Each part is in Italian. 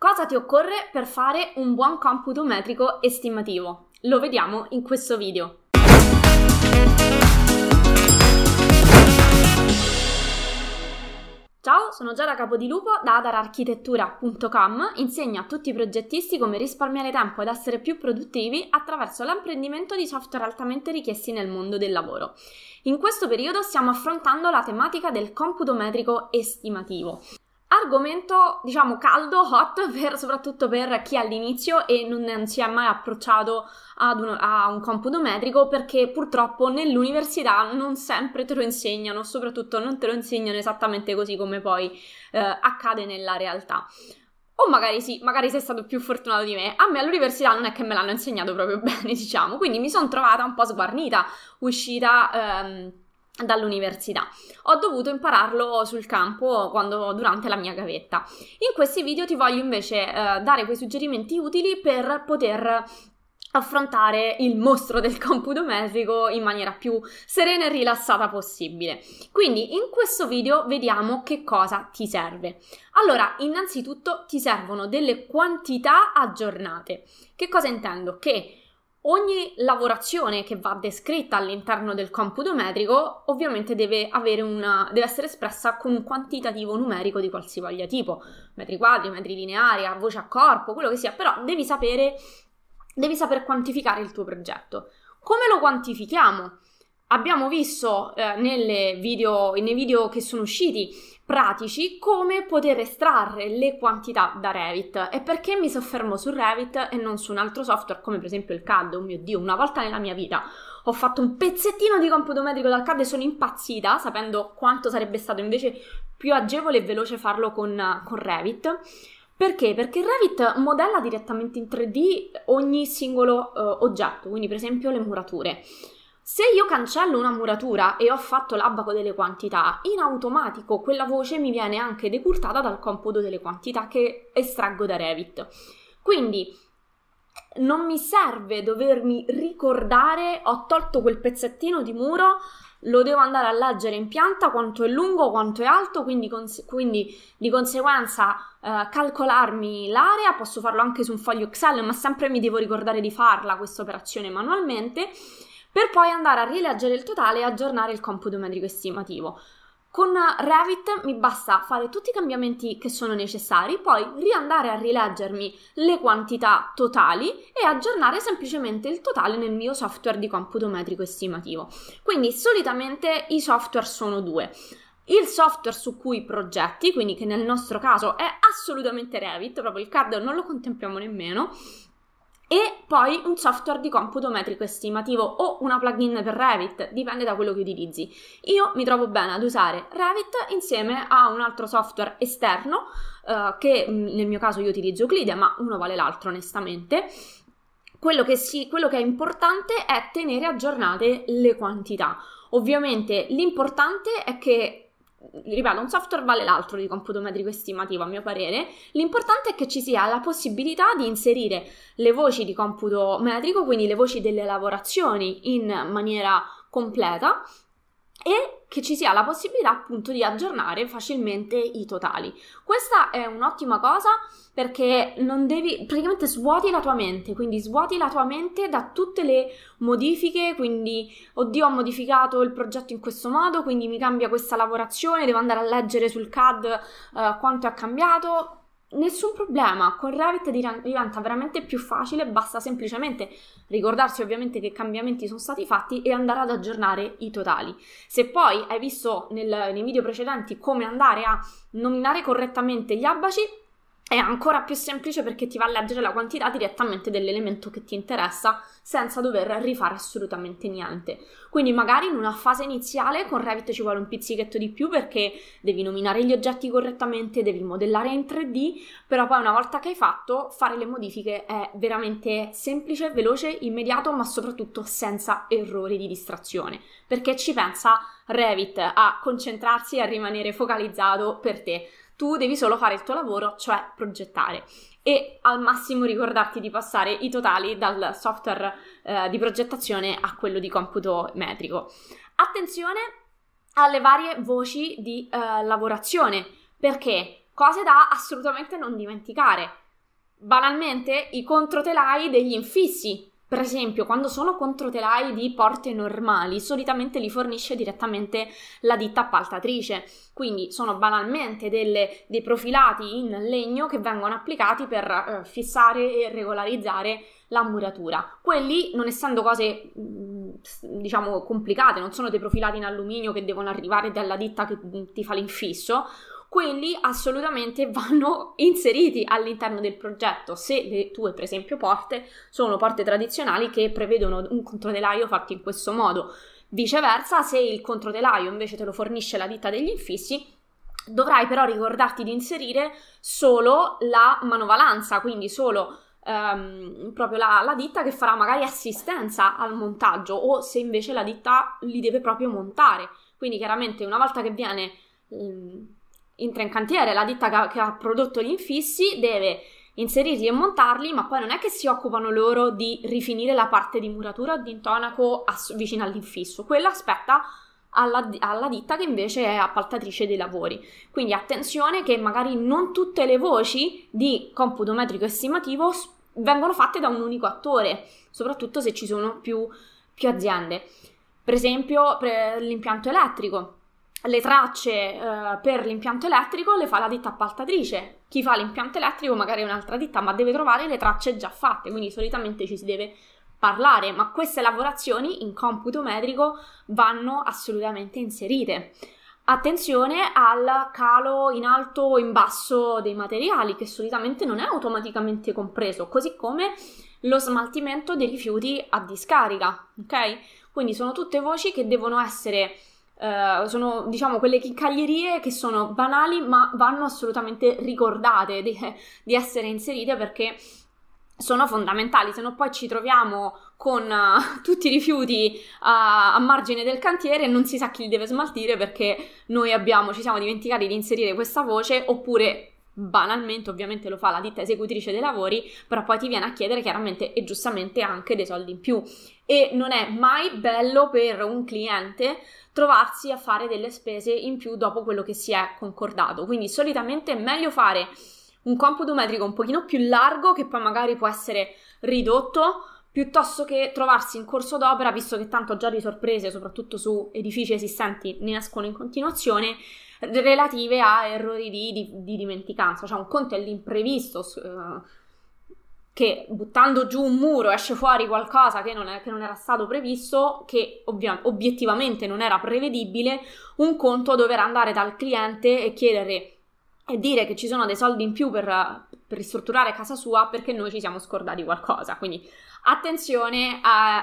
Cosa ti occorre per fare un buon computo metrico estimativo? Lo vediamo in questo video. Ciao, sono Giada Capodilupo da adararchitettura.com, insegno a tutti i progettisti come risparmiare tempo ed essere più produttivi attraverso l'apprendimento di software altamente richiesti nel mondo del lavoro. In questo periodo stiamo affrontando la tematica del computo metrico estimativo. Argomento, caldo, hot, soprattutto per chi è all'inizio e non si è mai approcciato a un computo metrico, perché purtroppo nell'università non sempre te lo insegnano, soprattutto non te lo insegnano esattamente così come poi accade nella realtà. O magari sì, magari sei stato più fortunato di me. A me all'università non è che me l'hanno insegnato proprio bene, quindi mi sono trovata un po' sguarnita, uscita dall'università. Ho dovuto impararlo sul campo durante la mia gavetta. In questi video ti voglio invece dare quei suggerimenti utili per poter affrontare il mostro del computo metrico in maniera più serena e rilassata possibile. Quindi in questo video vediamo che cosa ti serve. Allora, innanzitutto ti servono delle quantità aggiornate. Che cosa intendo? Che ogni lavorazione che va descritta all'interno del computo metrico ovviamente deve essere espressa con un quantitativo numerico di qualsivoglia tipo, metri quadri, metri lineari, a voce a corpo, quello che sia, però devi saper quantificare il tuo progetto. Come lo quantifichiamo? Abbiamo visto nei video che sono usciti pratici come poter estrarre le quantità da Revit. E perché mi soffermo su Revit e non su un altro software come per esempio il CAD? Oh mio Dio, una volta nella mia vita ho fatto un pezzettino di computo metrico dal CAD e sono impazzita, sapendo quanto sarebbe stato invece più agevole e veloce farlo con Revit. Perché? Perché Revit modella direttamente in 3D ogni singolo oggetto, quindi per esempio le murature. Se io cancello una muratura e ho fatto l'abaco delle quantità, in automatico quella voce mi viene anche decurtata dal computo delle quantità che estraggo da Revit. Quindi non mi serve dovermi ricordare, ho tolto quel pezzettino di muro, lo devo andare a leggere in pianta quanto è lungo, quanto è alto, quindi di conseguenza calcolarmi l'area. Posso farlo anche su un foglio Excel, ma sempre mi devo ricordare di farla questa operazione manualmente, per poi andare a rileggere il totale e aggiornare il computo metrico estimativo. Con Revit mi basta fare tutti i cambiamenti che sono necessari, poi riandare a rileggermi le quantità totali e aggiornare semplicemente il totale nel mio software di computo metrico estimativo. Quindi solitamente i software sono due. Il software su cui progetti, quindi che nel nostro caso è assolutamente Revit, proprio il CAD non lo contempliamo nemmeno, e poi un software di computo metrico estimativo o una plugin per Revit, dipende da quello che utilizzi. Io mi trovo bene ad usare Revit insieme a un altro software esterno, che nel mio caso io utilizzo Euclide, ma uno vale l'altro onestamente. Quello che è importante è tenere aggiornate le quantità. Ovviamente l'importante è che, ripeto, un software vale l'altro di computo metrico estimativo a mio parere. L'importante è che ci sia la possibilità di inserire le voci di computo metrico, quindi le voci delle lavorazioni in maniera completa, e che ci sia la possibilità appunto di aggiornare facilmente i totali. Questa è un'ottima cosa, perché praticamente svuoti la tua mente, da tutte le modifiche, quindi oddio, ho modificato il progetto in questo modo, quindi mi cambia questa lavorazione, devo andare a leggere sul CAD quanto è cambiato. Nessun problema, con Revit diventa veramente più facile, basta semplicemente ricordarsi ovviamente che cambiamenti sono stati fatti e andare ad aggiornare i totali. Se poi hai visto nei video precedenti come andare a nominare correttamente gli abaci, è ancora più semplice, perché ti va a leggere la quantità direttamente dell'elemento che ti interessa senza dover rifare assolutamente niente. Quindi magari in una fase iniziale con Revit ci vuole un pizzichetto di più, perché devi nominare gli oggetti correttamente, devi modellare in 3D, però poi una volta che hai fatto, fare le modifiche è veramente semplice, veloce, immediato, ma soprattutto senza errori di distrazione, perché ci pensa Revit a concentrarsi e a rimanere focalizzato per te. Tu devi solo fare il tuo lavoro, cioè progettare, e al massimo ricordarti di passare i totali dal software di progettazione a quello di computo metrico. Attenzione alle varie voci di lavorazione, perché cose da assolutamente non dimenticare: Banalmente i controtelai degli infissi. Per esempio, quando sono controtelai di porte normali, solitamente li fornisce direttamente la ditta appaltatrice, quindi sono banalmente dei profilati in legno che vengono applicati per fissare e regolarizzare la muratura. Quelli, non essendo cose diciamo complicate, non sono dei profilati in alluminio che devono arrivare dalla ditta che ti fa l'infisso, quelli assolutamente vanno inseriti all'interno del progetto se le tue, per esempio, porte sono porte tradizionali che prevedono un controtelaio fatto in questo modo. Viceversa, se il controtelaio invece te lo fornisce la ditta degli infissi, dovrai però ricordarti di inserire solo la manovalanza, quindi solo proprio la ditta che farà magari assistenza al montaggio, o se invece la ditta li deve proprio montare. Quindi chiaramente una volta che viene entra in cantiere la ditta che ha prodotto gli infissi, deve inserirli e montarli, ma poi non è che si occupano loro di rifinire la parte di muratura o di intonaco vicino all'infisso, quella aspetta alla ditta che invece è appaltatrice dei lavori. Quindi attenzione che magari non tutte le voci di computo metrico estimativo vengono fatte da un unico attore, soprattutto se ci sono più aziende. Per esempio per l'impianto elettrico, le tracce per l'impianto elettrico le fa la ditta appaltatrice. Chi fa l'impianto elettrico magari è un'altra ditta, ma deve trovare le tracce già fatte, quindi solitamente ci si deve parlare, ma queste lavorazioni in computo metrico vanno assolutamente inserite. Attenzione al calo in alto o in basso dei materiali, che solitamente non è automaticamente compreso, così come lo smaltimento dei rifiuti a discarica, ok? Quindi sono tutte voci che devono essere sono diciamo quelle chiccaglierie che sono banali ma vanno assolutamente ricordate di essere inserite, perché sono fondamentali, se no poi ci troviamo con tutti i rifiuti a margine del cantiere e non si sa chi li deve smaltire perché noi ci siamo dimenticati di inserire questa voce, oppure banalmente ovviamente lo fa la ditta esecutrice dei lavori, però poi ti viene a chiedere chiaramente e giustamente anche dei soldi in più, e non è mai bello per un cliente trovarsi a fare delle spese in più dopo quello che si è concordato. Quindi solitamente è meglio fare un computo metrico un pochino più largo, che poi magari può essere ridotto, piuttosto che trovarsi in corso d'opera, visto che tanto già di sorprese, soprattutto su edifici esistenti, ne escono in continuazione, relative a errori di dimenticanza. Cioè un conto è l'imprevisto, che buttando giù un muro esce fuori qualcosa che non era stato previsto, che obiettivamente non era prevedibile. Un conto dover andare dal cliente e chiedere e dire che ci sono dei soldi in più per ristrutturare casa sua perché noi ci siamo scordati qualcosa. Quindi attenzione.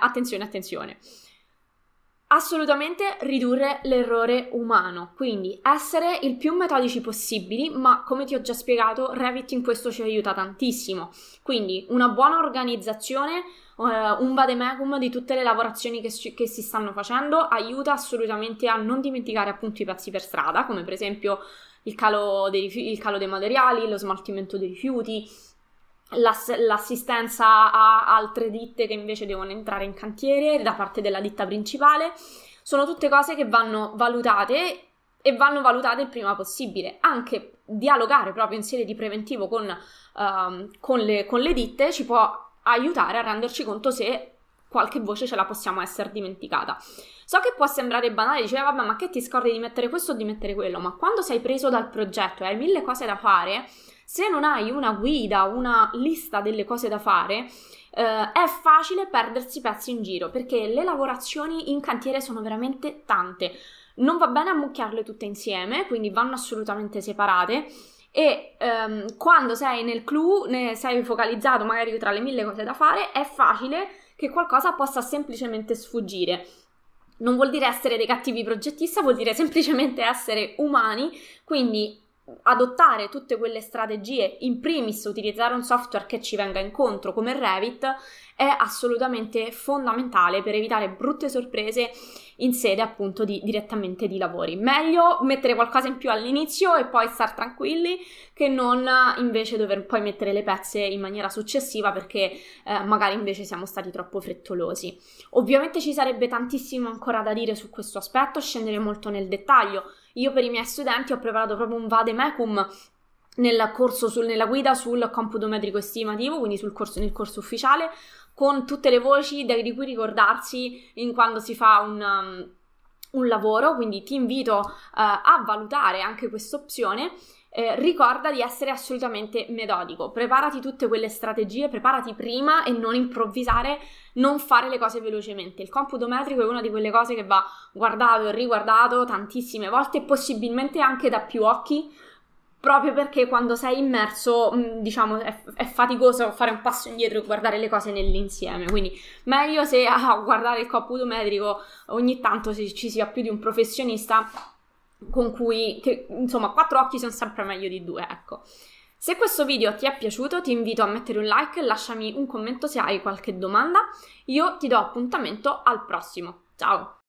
Assolutamente ridurre l'errore umano, quindi essere il più metodici possibili, ma come ti ho già spiegato Revit in questo ci aiuta tantissimo. Quindi una buona organizzazione, un vademecum di tutte le lavorazioni che si stanno facendo aiuta assolutamente a non dimenticare appunto i pezzi per strada, come per esempio il calo dei materiali, lo smaltimento dei rifiuti, l'assistenza a altre ditte che invece devono entrare in cantiere da parte della ditta principale. Sono tutte cose che vanno valutate e vanno valutate il prima possibile. Anche dialogare proprio in sede di preventivo con le ditte ci può aiutare a renderci conto se qualche voce ce la possiamo essere dimenticata. So che può sembrare banale, dice vabbè, ma che ti scordi di mettere questo o di mettere quello, ma quando sei preso dal progetto e hai 1000 cose da fare, se non hai una guida, una lista delle cose da fare, è facile perdersi pezzi in giro, perché le lavorazioni in cantiere sono veramente tante. Non va bene ammucchiarle tutte insieme, quindi vanno assolutamente separate, e quando sei nel clou, ne sei focalizzato magari tra le 1000 cose da fare, è facile che qualcosa possa semplicemente sfuggire. Non vuol dire essere dei cattivi progettisti, vuol dire semplicemente essere umani, quindi adottare tutte quelle strategie, in primis utilizzare un software che ci venga incontro come Revit, è assolutamente fondamentale per evitare brutte sorprese in sede appunto direttamente di lavori. Meglio mettere qualcosa in più all'inizio e poi star tranquilli, che non invece dover poi mettere le pezze in maniera successiva perché magari invece siamo stati troppo frettolosi. Ovviamente ci sarebbe tantissimo ancora da dire su questo aspetto, scendere molto nel dettaglio. Io per i miei studenti ho preparato proprio un vademecum nella guida sul computo metrico estimativo, quindi nel corso ufficiale, con tutte le voci di cui ricordarsi in quando si fa un lavoro, quindi ti invito a valutare anche questa opzione. Ricorda di essere assolutamente metodico, preparati tutte quelle strategie, preparati prima e non improvvisare, non fare le cose velocemente. Il computo metrico è una di quelle cose che va guardato e riguardato tantissime volte e possibilmente anche da più occhi, proprio perché quando sei immerso, diciamo, è faticoso fare un passo indietro e guardare le cose nell'insieme, quindi meglio se a guardare il computo metrico ogni tanto ci sia più di un professionista con cui, insomma, 4 occhi sono sempre meglio di 2, ecco. Se questo video ti è piaciuto, ti invito a mettere un like e lasciami un commento se hai qualche domanda. Io ti do appuntamento al prossimo. Ciao!